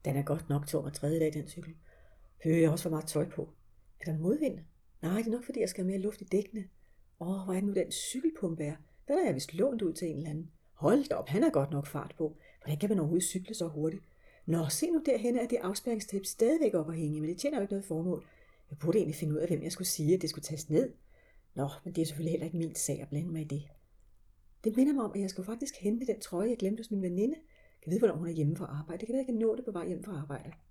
Den er godt nok tung og tredje dag, den cykel. Hører jeg også for meget tøj på. Er der modvind? Nej, det er nok fordi, jeg skal have mere luft i dækkene. Hvor er det nu den cykelpumpe er? Den er jeg vist lånt ud til en eller anden. Hold da op, han har godt nok fart på. Hvordan kan man overhovedet cykle så hurtigt? Nå, se nu derhen, at det afspærringstæppe stadigvæk op at hænge, men det tjener jo ikke noget formål. Jeg burde egentlig finde ud af, hvem jeg skulle sige, at det skulle tages ned. Nå, men det er selvfølgelig heller ikke min sag at blande mig i det. Det minder mig om, at jeg skulle faktisk hente den trøje, jeg glemte hos min veninde. Jeg ved, hvornår hun er hjemme fra arbejde. Det kan være, jeg kan nå det på vej hjem fra arbejde.